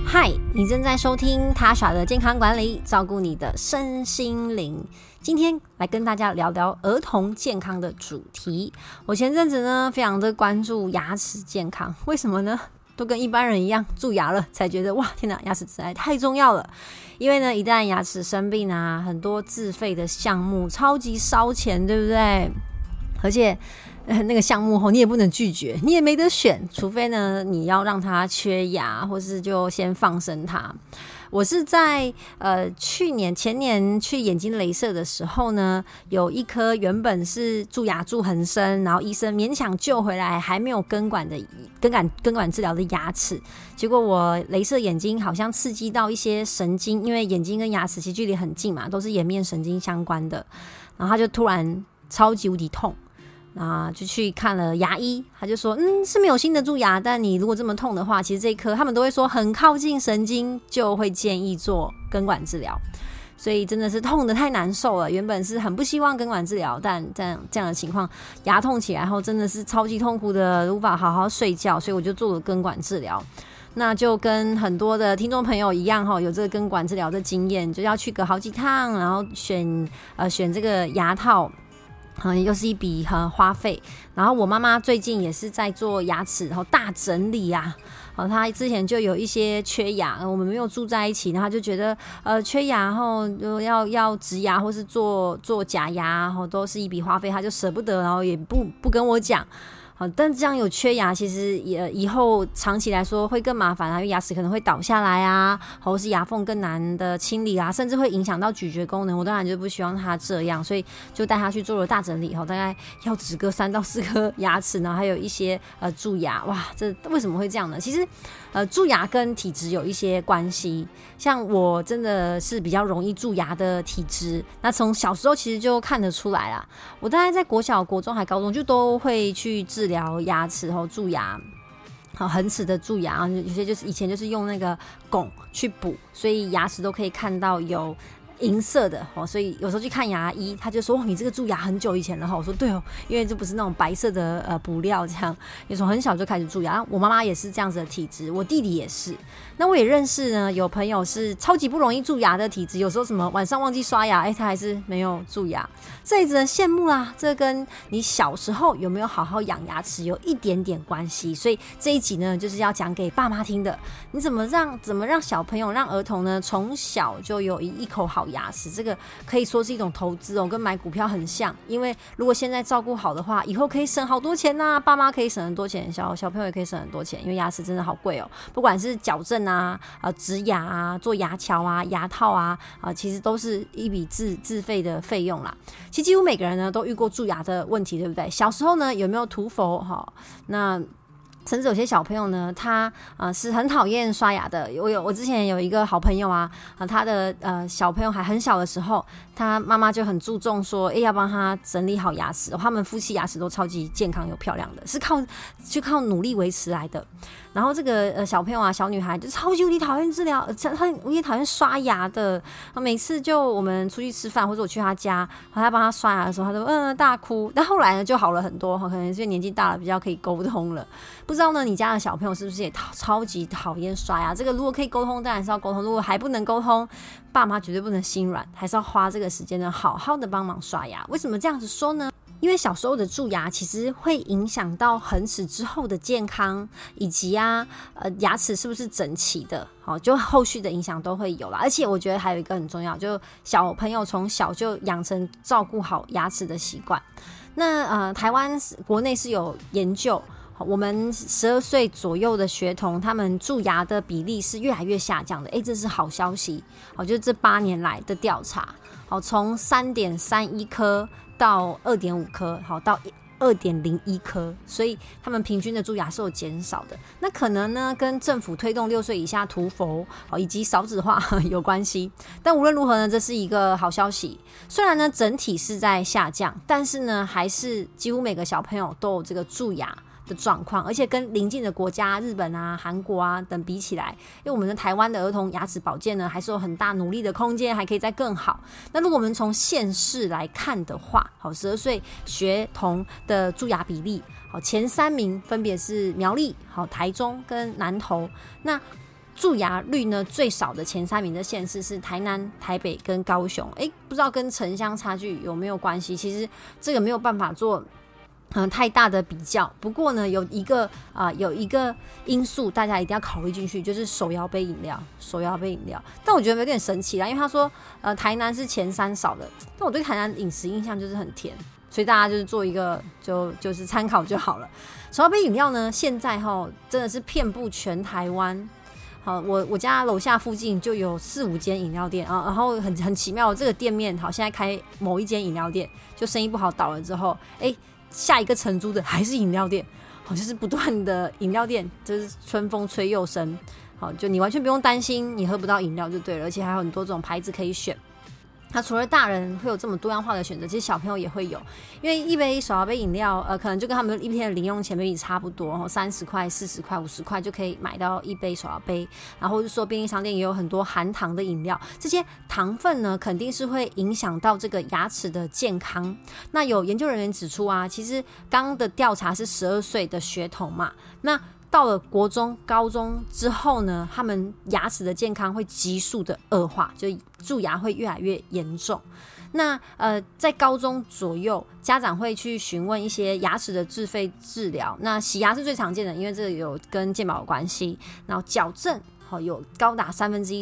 嗨，你正在收听他傻的健康管理，照顾你的身心灵。今天来跟大家聊聊儿童健康的主题。我前阵子呢，非常的关注牙齿健康，为什么呢？都跟一般人一样蛀牙了，才觉得哇，天哪，牙齿实在太重要了。因为呢，一旦牙齿生病啊，很多自费的项目超级烧钱，对不对？而且那个项目你也不能拒绝，你也没得选，除非呢你要让它缺牙，或是就先放生它。我是在前年去眼睛雷射的时候呢，有一颗原本是蛀牙蛀很深，然后医生勉强救回来，还没有根管治疗的牙齿，结果我雷射眼睛好像刺激到一些神经，因为眼睛跟牙齿其实距离很近嘛，都是颜面神经相关的，然后他就突然超级无敌痛。就去看了牙医，他就说是没有新的蛀牙，但你如果这么痛的话，其实这一颗他们都会说很靠近神经，就会建议做根管治疗。所以真的是痛得太难受了，原本是很不希望根管治疗，但这样的情况，牙痛起来后真的是超级痛苦的，无法好好睡觉，所以我就做了根管治疗。那就跟很多的听众朋友一样有这个根管治疗的经验，就要去个好几趟，然后选这个牙套。又是一笔花费。然后我妈妈最近也是在做牙齿大整理啊，她之前就有一些缺牙，我们没有住在一起，然后她就觉得缺牙后要植牙或是做假牙，都是一笔花费，她就舍不得，然后也不跟我讲。但这样有缺牙，其实也以后长期来说会更麻烦啊，因为牙齿可能会倒下来啊，或是牙缝更难的清理啊，甚至会影响到咀嚼功能。我当然就不希望他这样，所以就带他去做了大整理，大概要植个3到4颗牙齿，然后还有一些蛀牙。哇，这为什么会这样呢？其实蛀牙跟体质有一些关系，像我真的是比较容易蛀牙的体质，那从小时候其实就看得出来啦。我大概在国小、国中还高中就都会去治疗牙齿蛀牙，恒齿的蛀牙，有些就是以前就是用那个汞去补，所以牙齿都可以看到有银色的，所以有时候去看牙医，他就说你这个蛀牙很久以前了。我说对因为这不是那种白色的补料，这样有时候很小就开始蛀牙。我妈妈也是这样子的体质，我弟弟也是。那我也认识呢，有朋友是超级不容易蛀牙的体质，有时候什么晚上忘记刷牙，他还是没有蛀牙，这也只能羡慕啦。这跟你小时候有没有好好养牙齿有一点点关系，所以这一集呢就是要讲给爸妈听的。你怎么让小朋友、让儿童呢从小就有一口好牙齿，这个可以说是一种投资跟买股票很像。因为如果现在照顾好的话，以后可以省好多钱啊，爸妈可以省很多钱，小朋友也可以省很多钱，因为牙齿真的好贵不管是矫正植牙啊、做牙桥啊、牙套啊，其实都是一笔自费的费用啦。其实几乎每个人呢都遇过蛀牙的问题，对不对？小时候呢有没有涂氟那甚至有些小朋友呢，他是很讨厌刷牙的。我之前有一个好朋友他的小朋友还很小的时候，他妈妈就很注重说，要帮他整理好牙齿。他们夫妻牙齿都超级健康又漂亮的，是靠努力维持来的。然后这个小朋友小女孩就超级无敌讨厌治疗，她无敌讨厌刷牙的。每次就我们出去吃饭或者我去她家，她帮她刷牙的时候，她就大哭。但后来呢就好了很多，可能是因为年纪大了比较可以沟通了。不知道呢你家的小朋友是不是也超级讨厌刷牙？这个如果可以沟通当然是要沟通，如果还不能沟通，爸妈绝对不能心软，还是要花这个时间呢好好的帮忙刷牙。为什么这样子说呢？因为小时候的蛀牙其实会影响到恒齿之后的健康，以及牙齿是不是整齐的，就后续的影响都会有啦。而且我觉得还有一个很重要，就小朋友从小就养成照顾好牙齿的习惯。那台湾国内是有研究，我们12岁左右的学童，他们蛀牙的比例是越来越下降的。这是好消息。就是这8年来的调查，从3.31颗到2.5颗，到2.01颗，所以他们平均的蛀牙是有减少的。那可能呢跟政府推动6岁以下涂氟以及少子化有关系。但无论如何呢，这是一个好消息。虽然呢整体是在下降，但是呢还是几乎每个小朋友都有这个蛀牙的状况，而且跟邻近的国家日本韩国等比起来，因为我们的台湾的儿童牙齿保健呢还是有很大努力的空间，还可以再更好。那如果我们从县市来看的话，12岁学童的蛀牙比例前3名分别是苗栗、台中跟南投。那蛀牙率呢最少的前3名的县市是台南、台北跟高雄。不知道跟城乡差距有没有关系？其实这个没有办法做太大的比较。不过呢，有一个因素大家一定要考虑进去，就是手摇杯饮料。但我觉得有点神奇啦，因为他说台南是前3少的，但我对台南饮食印象就是很甜，所以大家就是做一个就是参考就好了。手摇杯饮料呢，现在真的是遍布全台湾。好，我家楼下附近就有4-5间饮料店啊，然后很奇妙，这个店面好现在开某一间饮料店，就生意不好倒了之后，下一个承租的还是饮料店，好，就是不断的饮料店，就是春风吹又生。好，就你完全不用担心你喝不到饮料就对了，而且还有很多种牌子可以选。那除了大人会有这么多样化的选择，其实小朋友也会有，因为一杯手摇杯饮料，可能就跟他们一天的零用钱maybe差不多，30块、40块、50块就可以买到一杯手摇杯。然后或者说便利商店也有很多含糖的饮料，这些糖分呢肯定是会影响到这个牙齿的健康。那有研究人员指出啊，其实刚刚的调查是12岁的学童嘛，那到了国中、高中之后呢，他们牙齿的健康会急速的恶化，就蛀牙会越来越严重。那在高中左右，家长会去询问一些牙齿的自费治疗。那洗牙是最常见的，因为这个有跟健保有关系。然后矫正有高达1/3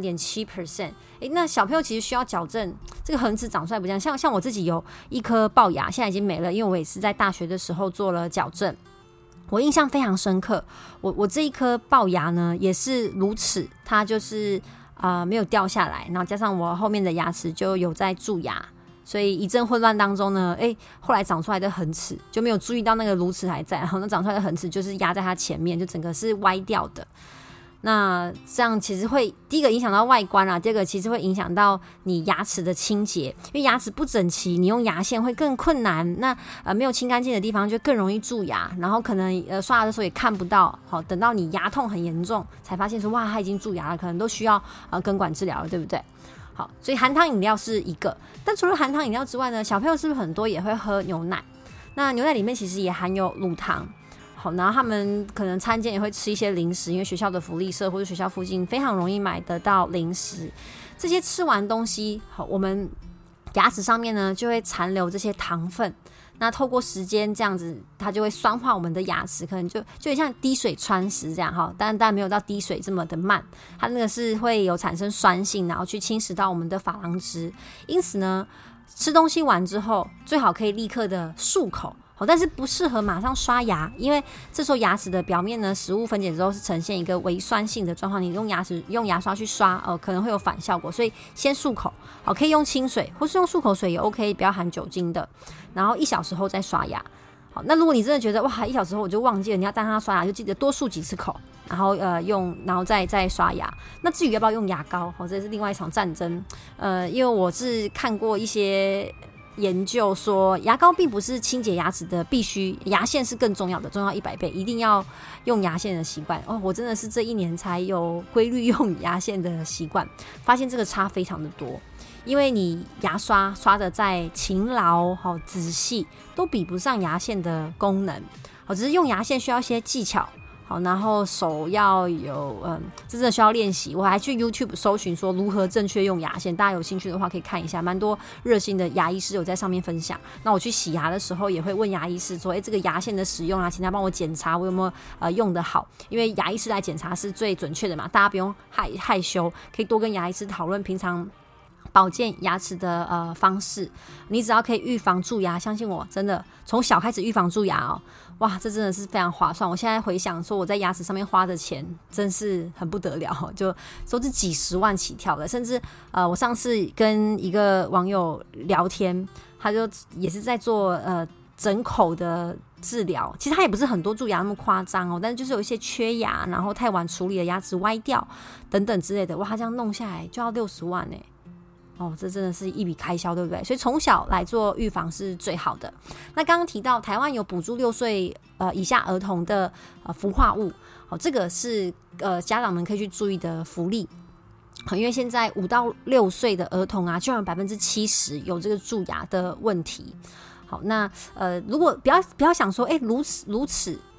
33.7%。那小朋友其实需要矫正，这个恒齿长出来不这样。像我自己有一颗龅牙，现在已经没了，因为我也是在大学的时候做了矫正。我印象非常深刻，我这一颗龅牙呢也是如此，它就是没有掉下来，然后加上我后面的牙齿就有在蛀牙，所以一阵混乱当中呢，后来长出来的恒齿就没有注意到那个乳齿还在，然后那长出来的恒齿就是压在它前面，就整个是歪掉的。那这样其实会第一个影响到外观啦，第二个其实会影响到你牙齿的清洁，因为牙齿不整齐，你用牙线会更困难。那没有清干净的地方就更容易蛀牙，然后可能刷牙的时候也看不到，好，等到你牙痛很严重才发现说哇它已经蛀牙了，可能都需要根管治疗了，对不对？好，所以含糖饮料是一个，但除了含糖饮料之外呢，小朋友是不是很多也会喝牛奶？那牛奶里面其实也含有乳糖。好，然后他们可能餐间也会吃一些零食，因为学校的福利社或者学校附近非常容易买得到零食。这些吃完东西，好，我们牙齿上面呢就会残留这些糖分。那透过时间这样子，它就会酸化我们的牙齿，可能就很像滴水穿石这样哈，但没有到滴水这么的慢，它那个是会有产生酸性，然后去侵蚀到我们的珐琅质。因此呢，吃东西完之后，最好可以立刻的漱口。但是不适合马上刷牙，因为这时候牙齿的表面呢，食物分解之后是呈现一个微酸性的状况，你用牙刷去刷，可能会有反效果，所以先漱口，好，可以用清水或是用漱口水也 OK， 不要含酒精的，然后1小时后再刷牙。好，那如果你真的觉得哇1小时后我就忘记了，你要带他刷牙，就记得多漱几次口，然后然后再刷牙。那至于要不要用牙膏，这是另外一场战争。因为我是看过一些研究说牙膏并不是清洁牙齿的必须，牙线是更重要的，重要100倍，一定要用牙线的习惯。我真的是这1年才有规律用牙线的习惯，发现这个差非常的多。因为你牙刷的再勤劳仔细，都比不上牙线的功能。只是用牙线需要一些技巧，好，然后手要有真的需要练习。我还去 YouTube 搜寻说如何正确用牙线，大家有兴趣的话可以看一下，蛮多热心的牙医师有在上面分享。那我去洗牙的时候也会问牙医师说这个牙线的使用啊，请他帮我检查我有没有用得好，因为牙医师来检查是最准确的嘛，大家不用害羞，可以多跟牙医师讨论平常保健牙齿的方式。你只要可以预防蛀牙，相信我，真的从小开始预防蛀牙哇，这真的是非常划算。我现在回想说我在牙齿上面花的钱真是很不得了，就都是几十万起跳的。甚至我上次跟一个网友聊天，他就也是在做整口的治疗，其实他也不是很多蛀牙那么夸张但是就是有一些缺牙，然后太晚处理的牙齿歪掉等等之类的，哇，他这样弄下来就要60万这真的是一笔开销，对不对？所以从小来做预防是最好的。那刚刚提到台湾有补助6岁以下儿童的氟化物，这个是家长们可以去注意的福利。因为现在5到6岁的儿童啊，就有70%有这个蛀牙的问题。好，那如果不要想说乳齿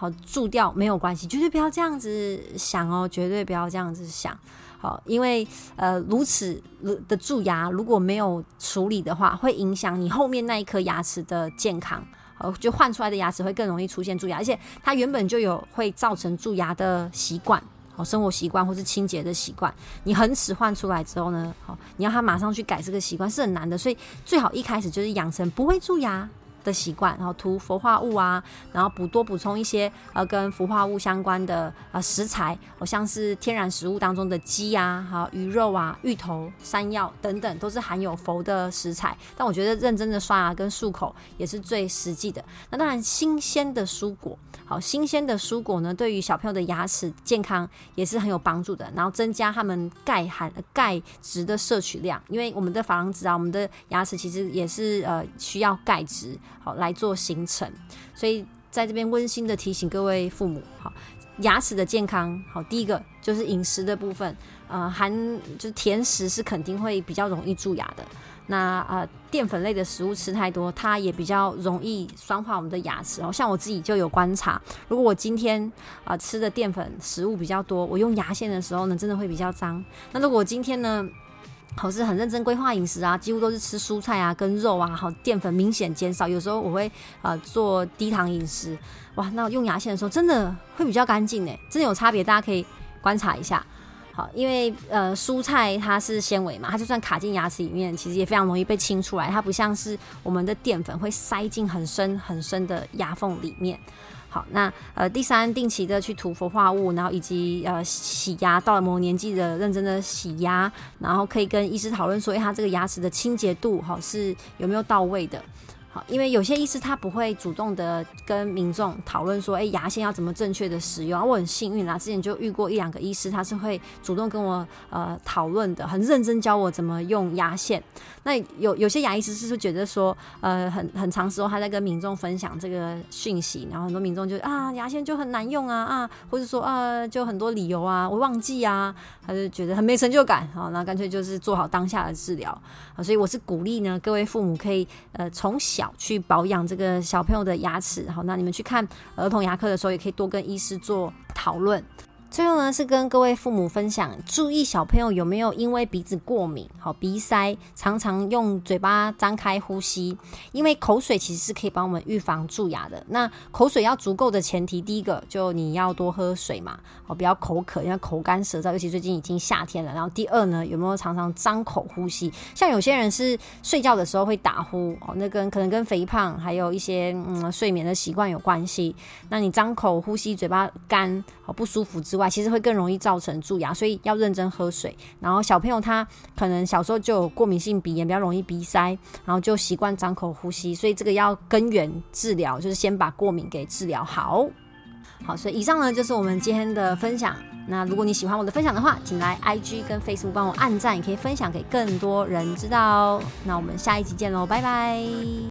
好，蛀掉没有关系，绝对不要这样子想哦，绝对不要这样子想。好，因为如此的蛀牙如果没有处理的话，会影响你后面那一颗牙齿的健康。就换出来的牙齿会更容易出现蛀牙，而且它原本就有会造成蛀牙的习惯，生活习惯或是清洁的习惯。你恒齿换出来之后呢，你要它马上去改这个习惯是很难的，所以最好一开始就是养成不会蛀牙的习惯，然后涂氟化物啊，然后多补充一些跟氟化物相关的食材，像是天然食物当中的鸡啊、鱼肉啊、芋头、山药等等，都是含有氟的食材。但我觉得认真的刷牙跟漱口也是最实际的。那当然，新鲜的蔬果，新鲜的蔬果呢，对于小朋友的牙齿健康也是很有帮助的，然后增加他们钙质的摄取量，因为我们的珐琅质啊，我们的牙齿其实也是需要钙质来做形成，所以在这边温馨的提醒各位父母，牙齿的健康，第一个就是饮食的部分，就是甜食是肯定会比较容易蛀牙的。那淀粉类的食物吃太多，它也比较容易酸化我们的牙齿。像我自己就有观察，如果我今天吃的淀粉食物比较多，我用牙线的时候呢，真的会比较脏。那如果我今天呢，我是很认真规划饮食啊，几乎都是吃蔬菜啊跟肉啊，淀粉明显减少，有时候我会做低糖饮食，哇，那用牙线的时候真的会比较干净耶，真的有差别，大家可以观察一下。好，因为蔬菜它是纤维嘛，它就算卡进牙齿里面，其实也非常容易被清出来，它不像是我们的淀粉会塞进很深很深的牙缝里面。好，那第三，定期的去涂氟化物，然后以及洗牙，到了某个年纪的认真的洗牙，然后可以跟医师讨论说，他这个牙齿的清洁度是有没有到位的。好，因为有些医师他不会主动的跟民众讨论说，牙线要怎么正确的使用。我很幸运啦，之前就遇过1-2个医师，他是会主动跟我讨论的，很认真教我怎么用牙线。那有些牙医师是觉得说，很长时候他在跟民众分享这个讯息，然后很多民众就牙线就很难用啊，或者说就很多理由啊，我忘记啊，他就觉得很没成就感，那干脆就是做好当下的治疗。所以我是鼓励呢，各位父母可以从小去保养这个小朋友的牙齿。好，那你们去看儿童牙科的时候，也可以多跟医师做讨论。最后呢，是跟各位父母分享，注意小朋友有没有因为鼻子过敏、鼻塞，常常用嘴巴张开呼吸，因为口水其实是可以帮我们预防蛀牙的。那口水要足够的前提，第一个就你要多喝水嘛，不要口渴，因为口干舌燥，尤其最近已经夏天了。然后第二呢，有没有常常张口呼吸？像有些人是睡觉的时候会打呼，那可能跟肥胖还有一些睡眠的习惯有关系。那你张口呼吸，嘴巴干不舒服之外，其实会更容易造成蛀牙，所以要认真喝水。然后小朋友他可能小时候就有过敏性鼻炎，比较容易鼻塞，然后就习惯张口呼吸，所以这个要根源治疗，就是先把过敏给治疗好。好，所以以上呢就是我们今天的分享。那如果你喜欢我的分享的话，请来 IG 跟 Facebook 帮我按赞，也可以分享给更多人知道。那我们下一集见咯，拜拜。